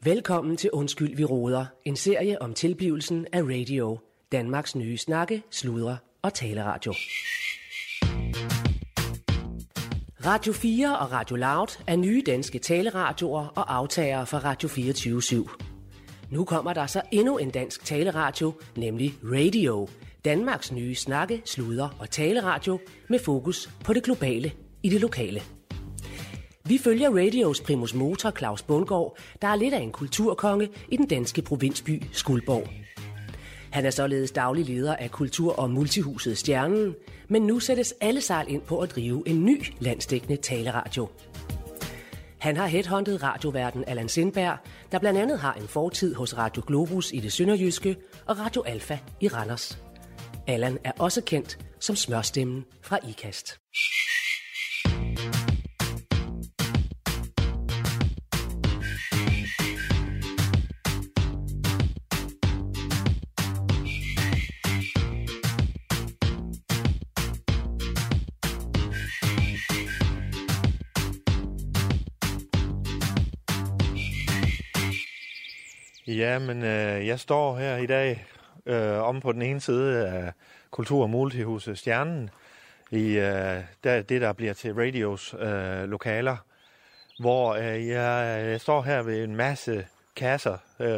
Velkommen til Undskyld, vi roder. En serie om tilblivelsen af radio. Danmarks nye snakke, sludre og taleradio. Radio 4 og Radio Loud er nye danske taleradioer og aftagere fra Radio 24/7. Nu kommer der så endnu en dansk taleradio, nemlig Radio. Danmarks nye snakke, sludre og taleradio med fokus på det globale i det lokale. Vi følger radios primus motor Claus Bundgaard, der er lidt af en kulturkonge i den danske provinsby Skuldborg. Han er således daglig leder af Kultur- og Multihuset Stjernen, men nu sættes alle sejl ind på at drive en ny landsdækkende taleradio. Han har headhunted radioverden Allan Sindberg, der blandt andet har en fortid hos Radio Globus i det sønderjyske og Radio Alfa i Randers. Allan er også kendt som smørstemmen fra IKAST. Ja, men jeg står her i dag om på den ene side af Kultur- og Multihuset Stjernen i det, der bliver til radios lokaler, hvor jeg står her ved en masse kasser,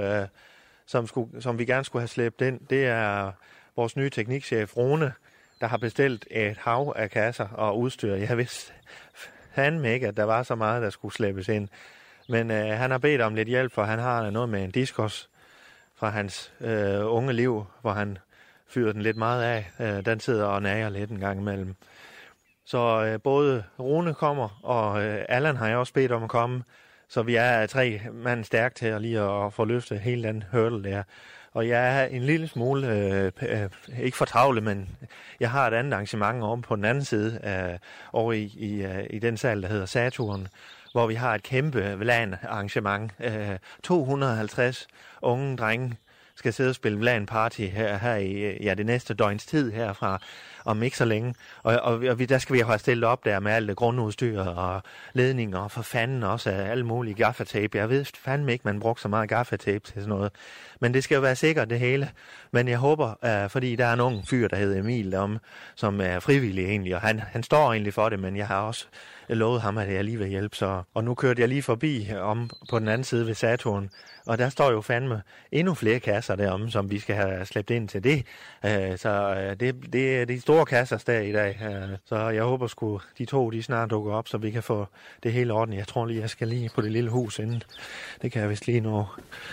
som vi gerne skulle have slæbt ind. Det er vores nye teknikchef Rune, der har bestilt et hav af kasser og udstyr. Jeg vidste fandme ikke, at der var så meget, der skulle slæbes ind. Men han har bedt om lidt hjælp, for han har noget med en diskos fra hans unge liv, hvor han fyrede den lidt meget af. Den sidder og nager lidt en gang imellem. Så både Rune kommer, og Allan har jeg også bedt om at komme. Så vi er 3 mand stærkt til at få løftet hele den hurdle der. Og jeg er en lille smule, ikke for travle, men jeg har et andet arrangement om på den anden side, over i den sal, der hedder Saturn, hvor vi har et kæmpe LAN-arrangement. 250 unge drenge skal sidde og spille LAN-party her i det næste døgns tid herfra, om ikke så længe. Og der skal vi have stillet op der med alt det grundudstyr og ledninger, og for fanden også alle mulige gaffatape. Jeg ved fandme ikke, man brugte så meget gaffatape til sådan noget. Men det skal jo være sikkert det hele. Men jeg håber, fordi der er en ung fyr, der hedder Emil, som er frivillig egentlig, og han står egentlig for det, men jeg har også lovet ham, at jeg lige vil hjælpe. Og nu kørte jeg lige forbi om på den anden side ved Saturn, og der står jo fandme endnu flere kasser deromme, som vi skal have slæbt ind til det. Så det er de store kasser der i dag. Så jeg håber sgu, de 2 de snart dukker op, så vi kan få det hele ordentligt. Jeg tror lige, jeg skal lige på det lille hus inden. Det kan jeg vist lige nå.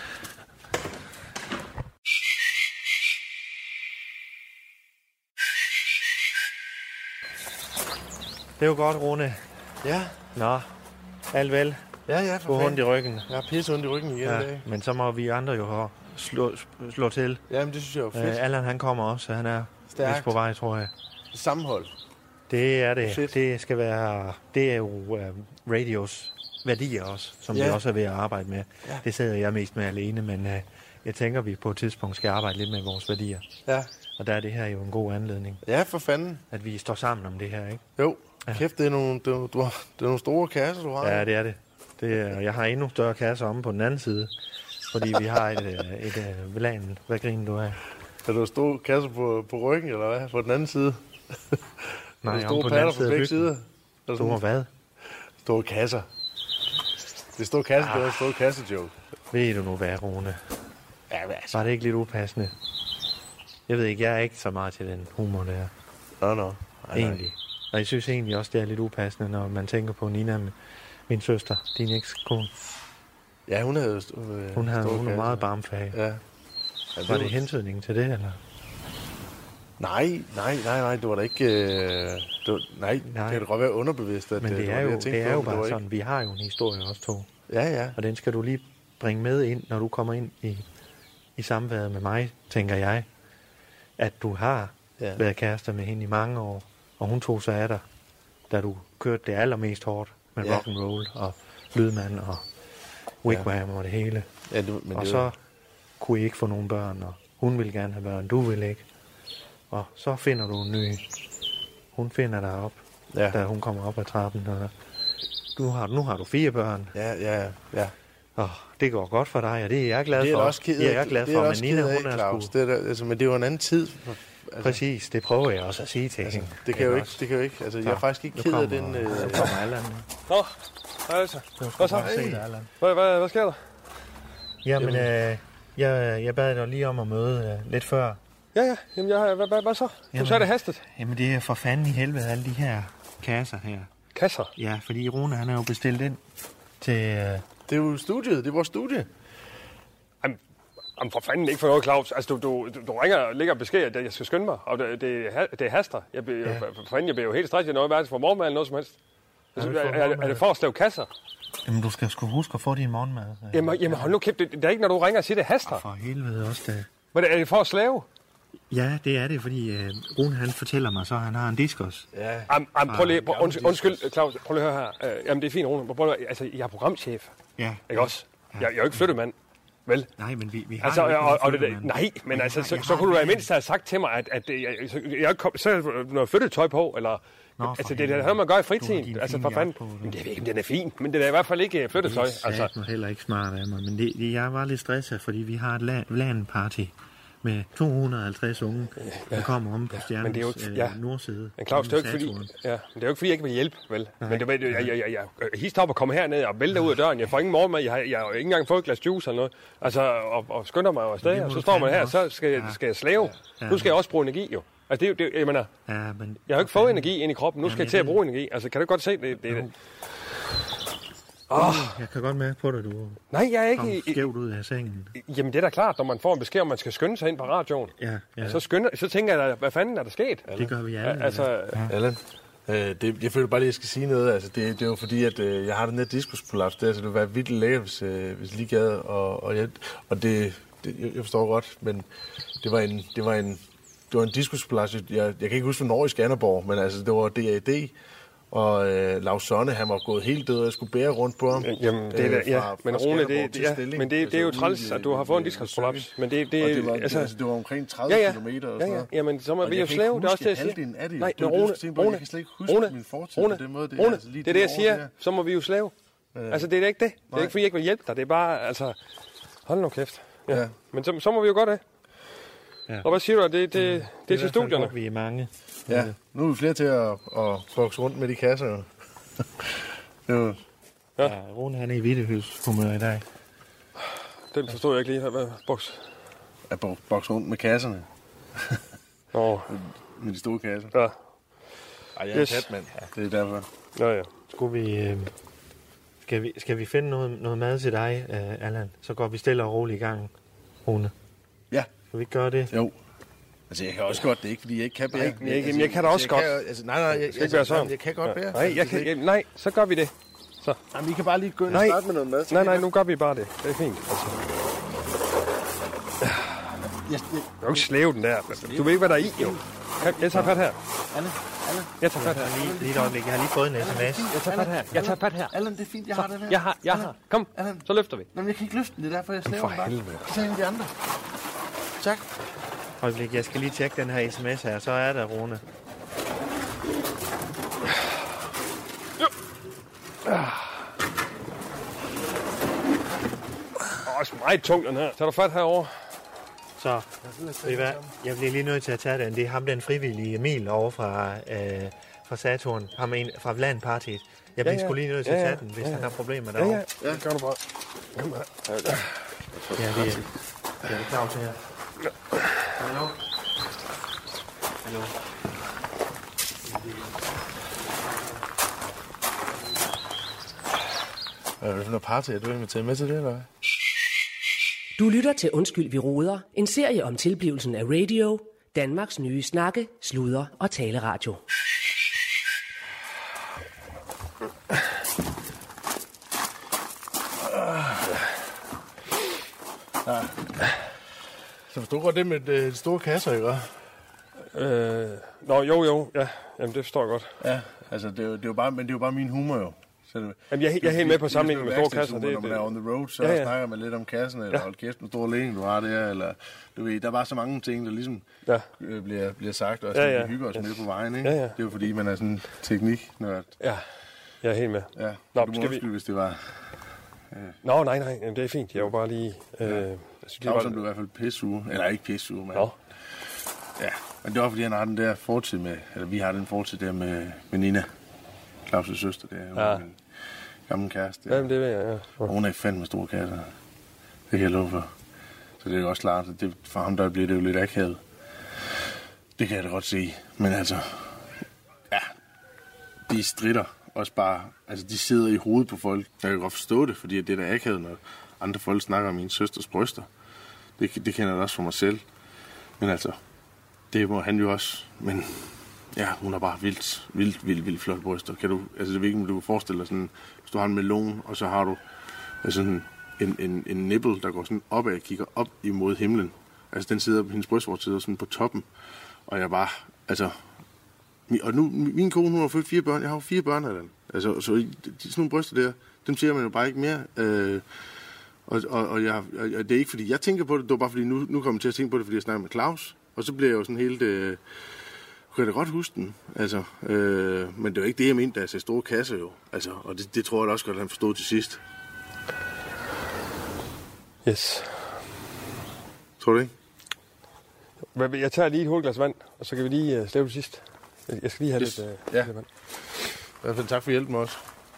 Det er jo godt, Rune. Ja. Nå, alt vel? Ja, for fanden. Ondt i ryggen. Jeg har pisse ondt i ryggen igen i dag. Men så må vi andre jo slå til. Jamen, det synes jeg er fedt. Allan, han kommer også, så han er vist på vej, tror jeg. Sammenhold. Det er det. Fedt. Det er jo radios værdier også, som vi også er ved at arbejde med. Ja. Det sidder jeg mest med alene, men jeg tænker, vi på et tidspunkt skal arbejde lidt med vores værdier. Ja. Og der er det her jo en god anledning. Ja, for fanden. At vi står sammen om det her, ikke? Jo. Ja. Kæft, det er nogle store kasser, du har. Ja, det er det. Jeg har endnu større kasser omme på den anden side, fordi vi har et LAN. Hvad griner du af? Er der store kasser på ryggen, eller hvad? På den anden side? Nej, omme på den anden side af bygden. Store hvad? Store kasser. Det er store kasser, det er en store kassejoke. Ved du nu hvad, Rune? Ja, hvad altså? Var det ikke lidt upassende? Jeg ved ikke, jeg er ikke så meget til den humor der. Nå. Egentlig. Og jeg synes egentlig også, det er lidt upassende, når man tænker på Nina, min søster, din ekskone. Ja, hun havde hun er meget barmfag. Ja. Var det hentydning til det, eller? Nej, det var da ikke... Nej, det kan da godt være underbevidst, at men det er jo bare sådan, vi har jo en historie også 2. Ja. Og den skal du lige bringe med ind, når du kommer ind i samværet med mig, tænker jeg. At du har været kærester med hende i mange år, og hun tog sig af dig, da du kørte det allermest hårdt med rock and roll og lydmand og wigwam og det hele. Ja, og så kunne I ikke få nogen børn, og hun ville gerne have børn, du ville ikke. Og så finder du en ny. Hun finder dig op, da hun kommer op ad trappen. Og nu har du 4 børn. Ja. Det går godt for dig, og det er jeg glad for. Det er også ked af. Jeg er glad for, men Nina, hun er Claus. Det er der, altså, men det var en anden tid. Altså, præcis, det prøver jeg også at sige til hende. Det kan jo ikke. Altså, jeg er faktisk ikke ked af den. Nu kommer Allan. Nå, altså. Hvad så? Hvad sker der? Jamen, jeg bad dig lige om at møde lidt før. Ja. Jamen, hvad så? Du sagde det hastet. Jamen, det er for fanden i helvede, alle de her kasser her. Kasser? Ja, fordi Rune, han er jo bestilt ind til... Det er jo studiet. Det er vores studie. Jamen for fanden ikke for noget, Claus. Altså, du ringer og lægger besked, at jeg skal skynde mig. Og det haster. Jeg bliver jo helt stresset. Jeg noget værelse for morgenmad eller noget som helst. Er det for at stave kasser? Jamen, du skal sgu huske at få din morgenmad. Jamen hold nu kæft. Det er ikke, når du ringer og siger, det haster. For helvede også det. Men er det for at slave? Ja, det er det, fordi Rune, han fortæller mig så, at han har en diskus. Ja. Prøv lige, undskyld, Claus, prøv lige at høre her. Jamen, det er fint, Rune. Altså, jeg er programchef. Ja. Ikke også? Ja. Jeg er jo ikke flyttemand. Vel? Nej, men vi har altså, nej, men altså, så kunne du da mindst have sagt til mig, at jeg kom, så noget flyttetøj på, eller... Altså, det er noget, man gør i fritiden. Altså, for fanden. Men det ved ikke, om den er fin, men det er i hvert fald ikke flyttetøj. Det er altså heller ikke smart af mig, men jeg var lidt stresset, fordi vi har et LAN-party med 250 unge, der kommer om på stjernens nordside. Men Claus, det er jo ikke fordi, men det er jo ikke fordi, jeg ikke vil hjælpe, vel? Nej. Men jeg hister op og kommer herned og vælter ud af døren. Jeg får ingen morgenmad, jeg har jo ikke engang fået et glas juice eller noget. Altså, og skynder mig afsted, og så står man her, så skal jeg slave. Nu skal jeg også bruge energi, jo. Altså, jeg mener, jeg har jo ikke fået energi ind i kroppen, nu skal jeg til at bruge energi. Altså, kan du godt se det? Jeg kan godt mærke på dig, du nej, jeg er ikke skævt ud af sengen. Jamen, det er da klart, når man får en besked, om man skal skynde sig ind på radioen. Ja. Så tænker jeg, hvad fanden er der sket? Eller? Det gør vi alle. Altså, Allan, jeg føler bare lige, at jeg skal sige noget. Altså, det er jo fordi, at jeg har den der diskusprolaps der, så det ville være vildt lækkert, hvis lige gad. Og det, jeg forstår godt, men det var en diskusprolaps. Jeg kan ikke huske, hvornår i Skanderborg, men altså, det var DAD. Og Lars Sonne, han var gået helt død, og jeg skulle bære rundt på ham. Jamen, det er men Rune, det er jo træls, at du har fået en diskusprolaps. Men det var omkring 30 kilometer og sådan noget. Jamen, så må vi jo slæve, det er også det, jeg siger. Nej, men Rune, jeg kan slet ikke huske min fortid på den måde. Det er det, jeg siger, så må vi jo slæve. Altså, det er ikke det. Det er ikke, fordi jeg ikke vil hjælpe dig. Det er bare, altså, hold nu kæft. Ja. Men så må vi jo godt det. Og hvad siger du, det er til studierne? Vi er mange. Ja, nu er vi flere til at bokse rundt med de kasser. Ja, Rune, han er i hvittehøshumør i dag. Den forstår jeg ikke lige. Hvad boks? At bokse rundt med kasserne. Med de store kasser. Ja. Ej, jeg er tæt, mand. Det er derfor. Ja. Skal vi finde noget mad til dig, Allan? Så går vi stille og roligt i gang, Rune. Ja. Skal vi ikke gøre det? Jo. Altså, jeg kan også godt, det er ikke, fordi jeg ikke kan bære. Jeg kan da også godt. Jeg kan godt bære. Nej, så gør vi det. Så. Jamen, vi kan bare lige gå ind og starte med noget mad. Nej, nu gør vi bare det. Det er fint. Altså. Jeg kan jo ikke slæve den der. Du ved ikke, hvad der er i, jo. Jeg tager fat her. Allan. Jeg tager fat her. Lige et øjeblik. Jeg har lige fået en sms. Jeg tager fat her. Allan, det er fint. Jeg har det der. Jeg har. Kom, så løfter vi. Jamen, jeg kan ikke løfte den. Det er derfor, jeg slæver den bare. Så tager de andre. Tak. Øjeblik, jeg skal lige tjekke den her sms her. Så er der, Rune. Også meget tung, den her. Tager du fat herovre? Så, ved I hvad? Jeg bliver lige nødt til at tage den. Det er ham, den frivillige Emil over fra Saturn. Ham fra LAN-partiet. Jeg bliver sgu lige nødt til at tage den, hvis han har problemer derovre. Ja, gør du bare. Kom her. Ja, det er Claus her. Hallo? Hvad er det for noget party? Er du inviteret med til det, eller hvad? Du lytter til Undskyld, vi roder, en serie om tilblivelsen af radio, Danmarks nye snakke, sludder og taleradio. Så forstår du godt det med de store kasser, ikke? Jo, ja. Jamen, det forstår jeg godt. Ja, altså, det er jo bare min humor, jo. Jamen, jeg er helt med på sammenligningen med store kasser. Når man er on the road, så snakker man lidt om kassen, eller hold kæft, en stor lægen, du har der, eller du ved, der er bare så mange ting, der ligesom bliver sagt, og vi hygger os med på vejen, ikke? Ja. Det er jo fordi, man er sådan tekniknørd. Ja, jeg er helt med. Ja, du må undskylde, hvis det var Nå, nej, det er fint. Jeg var bare lige... Claus blev i hvert fald pisseuge. Eller ikke pisseuge, men... Ja, men det var fordi, han har den der fortid med... Eller vi har den fortid der med Nina. Claus' søster, det er en gammel kæreste. Jamen, det ved jeg, ja. Og hun er fandme stor kæreste. Det kan jeg love for. Så det er jo også klart, at for ham der bliver det jo lidt akavet. Det kan jeg da godt se. Men altså... Ja, de stritter også bare... Altså, de sidder i hovedet på folk. Jeg kan godt forstå det, fordi det er da akavet, når andre folk snakker om min søsters bryster. Det kender jeg også for mig selv. Men altså, det må han jo også. Men ja, hun har bare vildt flotte bryster. Det er ikke, om du kan forestille dig sådan, hvis du har en melon, og så har du sådan en nipple, der går sådan opad og kigger op imod himlen. Altså, den sidder, hendes brystvort sidder sådan på toppen. Og jeg bare, altså... Og nu, min kone, hun har født 4 børn. Jeg har jo 4 børn af den. Altså, så sådan nogle bryster der, dem ser man jo bare ikke mere. Og det er ikke fordi, jeg tænker på det. Det var bare fordi, nu kommer jeg til at tænke på det, fordi jeg snakker med Claus. Og så bliver jeg jo sådan helt... kan jeg da godt huske den. Altså, men det var ikke det, jeg mente, da jeg sagde store kasse jo. Altså, og det tror jeg da også godt, at han forstod til sidst. Yes. Tror du ikke? Jeg tager lige et hurtigt glas vand, og så kan vi lige slæve det sidst. Jeg skal lige have lidt vand. I hvert fald tak for hjælpen også.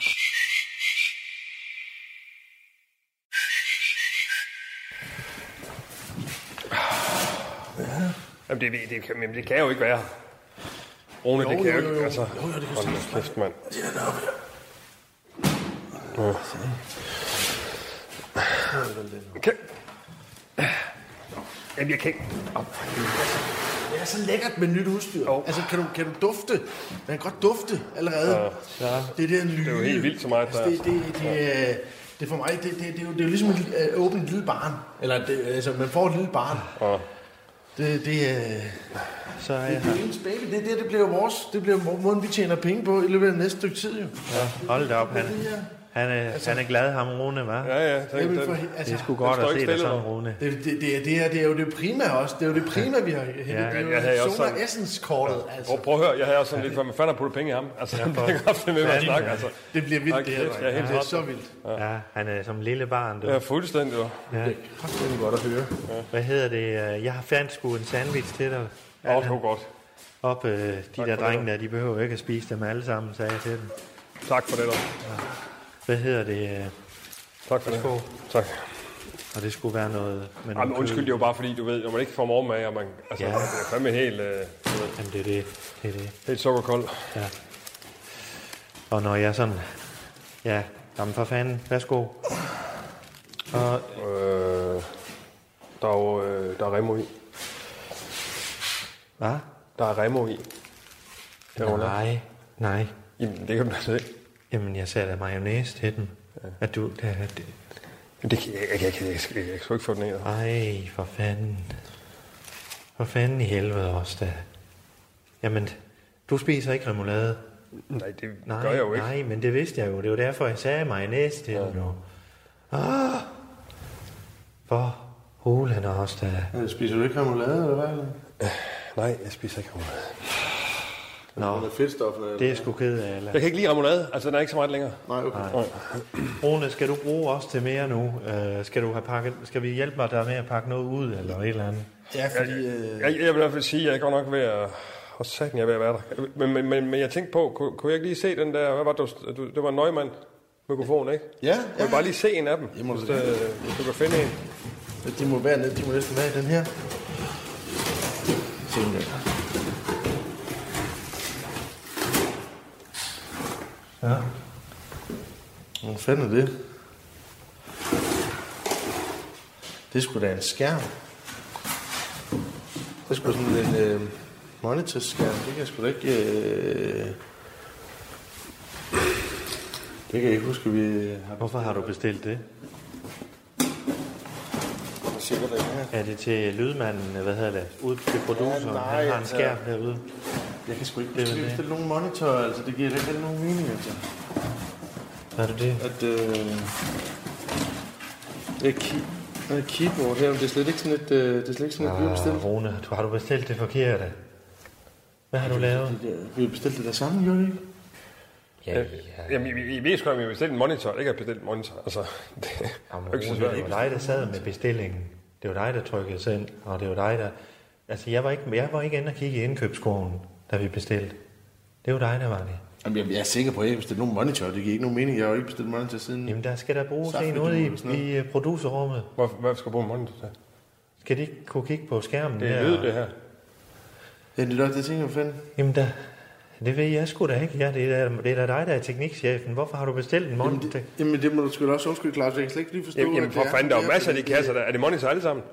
Jamen, det kan jo ikke være. Rune, det kan jo ikke. Altså, jo, det kan hold kæft, mand. Ja, deroppe her. Okay. Jamen, jeg kan ikke. Det er så lækkert med nyt udstyr. Altså, kan du dufte? Man kan godt dufte allerede. Ja. Det er den lyde. Det er jo helt vildt så meget. Altså, det for mig, det er jo ligesom at åbne et lille barn. Eller, altså, man får et lille barn. Ja. Så det er ens baby. Det bliver jo vores. Det bliver måden, vi tjener penge på i løbet af næste stykke tid, jo. Ja, hold da op, han er glad, ham Rune, hva'? Ja. Det er sgu godt at se dig sådan, Rune. Det er jo det prima også. Det er jo det prima, vi har hentet. Det er jo Solar Essence-kortet. Altså. Prøv at høre, jeg havde også sådan lidt, hvad man fanden har puttet penge i ham. Altså, det kan godt finde med at snakke. Altså. Det bliver vildt, det her. Det er så vildt. Ja, han er som lille barn, du. Ja, fuldstændig, du. Ja. Det er godt at høre. Hvad hedder det? Jeg har fandt sgu en sandwich til dig. Det var godt. De der drenge der, de behøver ikke at spise dem alle sammen, sagde jeg til dem. Tak for det, dog. Hvad hedder det? Tak for det. Tak. Og det skulle være noget... Men undskyld, det er jo bare fordi, du ved, når man ikke får morgenmad, og man... Altså, det er fandme helt... Jamen, det er det. Helt sukkerkold. Ja. Og når jeg sådan... Ja, jamen for fanden, værsgo. Og... Der er Remo i. Hvad? Der er Remo i. Nej. Jamen, det kan man altså ikke. Jamen, jeg sagde da mayonnaise til den. Ja. At du... Jeg kan sgu ikke få den af. Ej, for fanden. For fanden i helvede også, da. Jamen, du spiser ikke remoulade. Nej, det gør jeg jo ikke. Nej, men det vidste jeg jo. Det var derfor, jeg sagde mayonnaise til den jo. For hulen også, da. Spiser du ikke remoulade, eller hvad? Nej, jeg spiser ikke remoulade. Nå, det er sgu ked af. Jeg kan ikke lide remoulade, altså den er ikke så meget længere. Nej, okay. Rune, skal du bruge os til mere nu? Skal vi hjælpe dig med at pakke noget ud, eller et eller andet? Ja, fordi... Jeg vil i hvert fald sige, at jeg er godt nok ved at... Og satan, jeg er ved at være der. Men jeg tænkte på, kunne jeg ikke lige se den der... Hvad var det? Det var en Neumann mikrofon, ikke? Ja. Kunne jeg bare lige se en af dem, hvis du kan finde en? De må være nede, de må næsten være i den her. Se den der. Ja. Hvor fanden er det? Det er sgu da en skærm. Det er sgu sådan en monitorskærm. Det kan jeg sgu da ikke... Det kan jeg ikke huske, vi har... Hvorfor har du bestilt det? Er det til lydmanden, hvad hedder det? Ude til produceren? Ja, han har en skærm derude. Jeg kan sgu ikke bestille nogen monitor, altså det giver ikke nogen mening, altså. Hvad er det? Et keyboard her, men det er slet ikke sådan et, vi har bestilt. Rune, har du bestilt det forkerte? Hvad har du lavet? Vi har bestilt det der samme, jo ikke? Jamen, I ved sgu, at vi bestilte en monitor. Ikke at bestille en monitor. Altså, det var dig, der sad med bestillingen. Det var dig, der trykkede send. Og det var dig, der... Altså, jeg var ikke inde og kigge i indkøbskurven, da vi bestilte. Det var dig, der var det. Jamen, jeg er sikker på, at jeg ikke bestilte nogen monitor. Det giver ikke nogen mening. Jeg har jo ikke bestilt monitor siden... Jamen, der skal der bruges en ude i producerrummet. Hvad skal du bruge en monitor til? Skal de ikke kunne kigge på skærmen? Det er lyd, det her. Ja, det er det, tænker jeg, fanden. Jamen, det ved jeg sgu da ikke. Ja, det er da dig, der er teknikchefen. Hvorfor har du bestilt en monitor? Jamen, det må du sgu da også undskylde, Claus. Jeg kan slet ikke lige forstå, jamen for fanden, der er jo masser af de kasser der. Er det monitor alle sammen?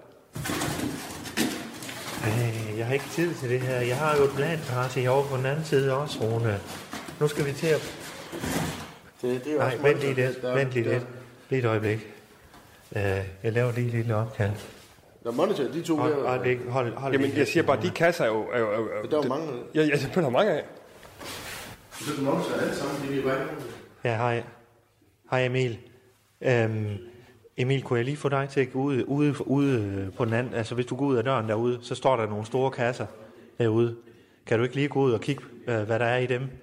Jeg har ikke tid til det her. Jeg har jo et planparty over på den anden side også, Rune. Nu skal vi til at... Det er nej, vent lige lidt. Lige et øjeblik. Jeg laver lige et lille opkald. Der er monitor, de to her. Hold jamen, jeg siger bare, de kasser er jo... Der er jo mange. Ja, jeg der er mange af. Det er monitor alle sammen, det er bare... Ja, hej. Hej Emil. Emil, kunne jeg lige få dig til at gå ude på den anden... Altså, hvis du går ud af døren derude, så står der nogle store kasser derude. Kan du ikke lige gå ud og kigge, hvad der er i dem?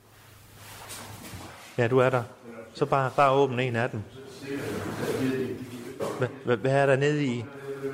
Ja, du er der. Så bare åbn en af dem. Hvad er der nede i?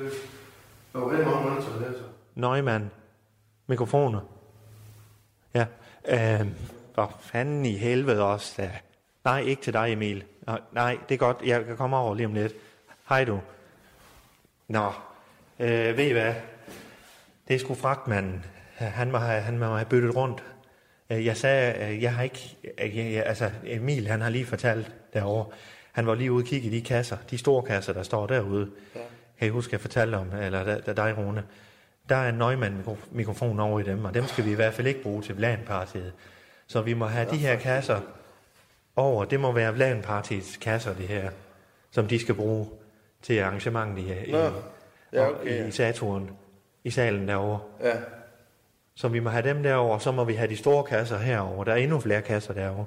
Neumann. Mikrofoner. Ja. Hvor fanden i helvede også da. Nej, ikke til dig, Emil. Nej, det er godt. Jeg kan komme over lige om lidt. Hej du. Nå. Ved I hvad? Det er sgu fragtmanden. Han må have byttet rundt. Jeg sagde, jeg har ikke... Altså, Emil, han har lige fortalt derovre. Han var lige ude og kigge i de kasser. De store kasser, der står derude. Ja. Kan I huske, jeg fortalte om? Eller dig, Rune. Der er en Neumann-mikrofon over i dem, og dem skal vi i hvert fald ikke bruge til LAN-partiet. Så vi må have de her kasser over. Det må være LAN-partiets kasser, det her, som de skal bruge til arrangementet i Saturn, i salen derovre. Ja. Så vi må have dem derovre, så må vi have de store kasser herovre. Der er endnu flere kasser derovre.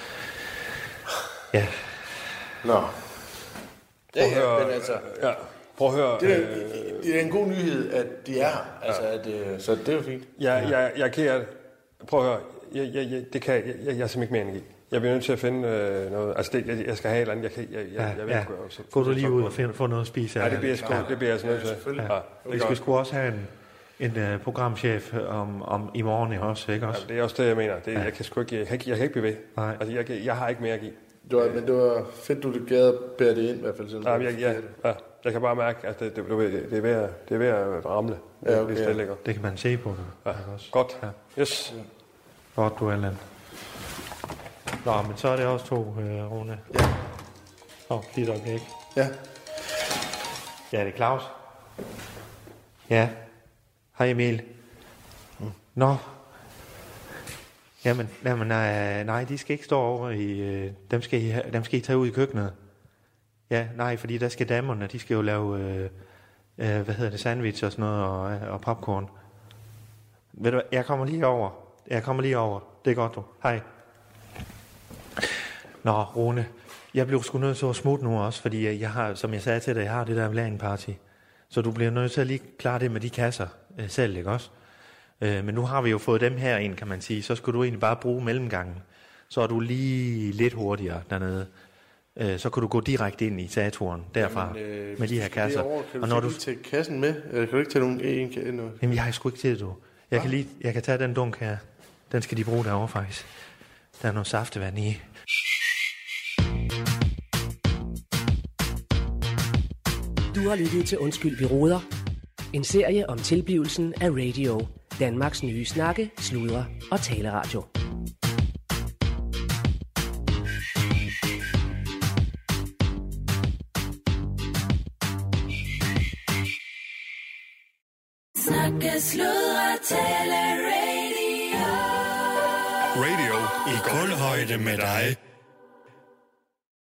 Ja. Nå. Men altså... Ja. Prøv at høre... Det er en god nyhed, at de er her. Altså, så det er jo fint. Jeg er ked af det. Prøv at høre. Jeg er simpelthen ikke mere energi. Jeg bliver nødt til at finde noget... Altså, jeg skal have et eller andet. Jeg vil ikke gøre. Gå du lige ud og få noget at spise? Ja, det bliver jeg altså nødt til. Selvfølgelig. Ja. Vi skal sgu også have en programchef om i morgen også, ikke også? Ja, det er også det, jeg mener. Jeg kan sgu ikke... Jeg kan ikke blive ved. Nej. Altså, jeg har ikke mere at give. Men det var fedt, du gad at bære det ind, i hvert fald. Jeg kan bare mærke, at det er ved at ramle. Ja, okay. Det kan man se på det. Ja. Godt. Ja. Yes. Godt, du Allan. Nå, men så er det også to, Rune. Ja. Lige et øjeblik. Ja. Ja, det er Claus. Ja. Hej Emil. Nå. Jamen, nej, de skal ikke stå over i... Dem skal I tage ud i køkkenet. Ja, nej, fordi der skal damerne, de skal jo lave... sandwich og sådan noget, og popcorn. Ved du, jeg kommer lige over. Det er godt, du. Hej. Nå, Rune. Jeg blev sgu nødt til at smutte nu også, fordi jeg har, som jeg sagde til dig, jeg har det der LAN-party. Så du bliver nødt til at lige klare det med de kasser selv, ikke også? Men nu har vi jo fået dem her ind, kan man sige. Så skulle du egentlig bare bruge mellemgangen. Så er du lige lidt hurtigere dernede. Så kan du gå direkte ind i Saturn derfra med de her kasser. Kan du ikke tage kassen med? Kan du ikke tage nogen en? Jamen, jeg har sgu ikke til det, du. Jeg kan tage den dunk her. Den skal de bruge derovre, faktisk. Der er noget saftevand i. Du har lyttet til Undskyld, vi roder. En serie om tilblivelsen af radio. Danmarks nye snakke, sludre og taleradio. Snakke, sludre, tale, radio. Radio i kulhøjde med dig.